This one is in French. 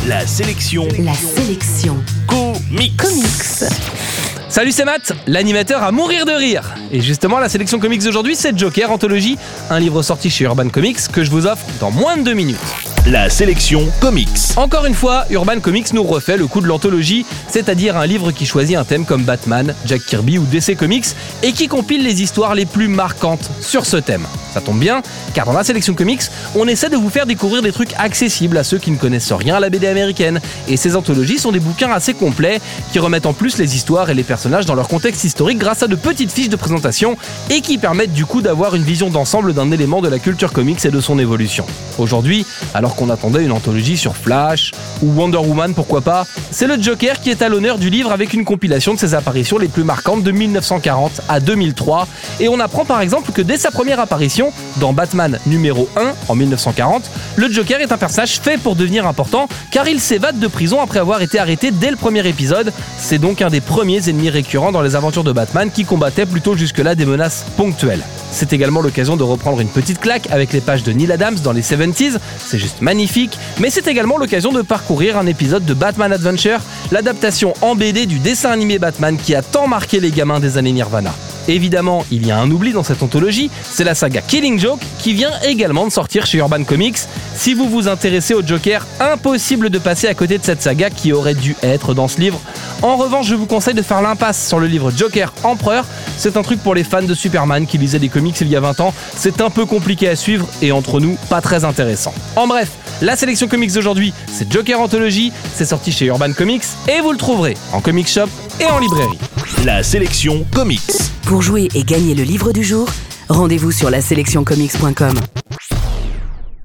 La sélection comics. Salut, c'est Matt, l'animateur à mourir de rire. Et justement, la sélection comics d'aujourd'hui, c'est Joker Anthologie, un livre sorti chez Urban Comics que je vous offre dans moins de 2 minutes. La sélection comics. Encore une fois, Urban Comics nous refait le coup de l'anthologie, c'est-à-dire un livre qui choisit un thème comme Batman, Jack Kirby ou DC Comics et qui compile les histoires les plus marquantes sur ce thème. Ça tombe bien, car dans la sélection comics, on essaie de vous faire découvrir des trucs accessibles à ceux qui ne connaissent rien à la BD américaine. Et ces anthologies sont des bouquins assez complets qui remettent en plus les histoires et les personnages dans leur contexte historique grâce à de petites fiches de présentation et qui permettent du coup d'avoir une vision d'ensemble d'un élément de la culture comics et de son évolution. Aujourd'hui, alors qu'on attendait une anthologie sur Flash ou Wonder Woman, pourquoi pas, c'est le Joker qui est à l'honneur du livre avec une compilation de ses apparitions les plus marquantes de 1940 à 2003. Et on apprend par exemple que dès sa première apparition, dans Batman numéro 1 en 1940, le Joker est un personnage fait pour devenir important car il s'évade de prison après avoir été arrêté dès le premier épisode. C'est donc un des premiers ennemis récurrents dans les aventures de Batman qui combattait plutôt jusque-là des menaces ponctuelles. C'est également l'occasion de reprendre une petite claque avec les pages de Neil Adams dans les 70s, c'est juste magnifique, mais c'est également l'occasion de parcourir un épisode de Batman Adventure, l'adaptation en BD du dessin animé Batman qui a tant marqué les gamins des années Nirvana. Évidemment, il y a un oubli dans cette anthologie, c'est la saga Killing Joke qui vient également de sortir chez Urban Comics. Si vous vous intéressez au Joker, impossible de passer à côté de cette saga qui aurait dû être dans ce livre. En revanche, je vous conseille de faire l'impasse sur le livre Joker Empereur. C'est un truc pour les fans de Superman qui lisaient des comics il y a 20 ans. C'est un peu compliqué à suivre et entre nous, pas très intéressant. En bref, la sélection comics d'aujourd'hui, c'est Joker Anthologie, c'est sorti chez Urban Comics et vous le trouverez en comic shop et en librairie. La sélection comics. Pour jouer et gagner le livre du jour, rendez-vous sur laselectioncomics.com.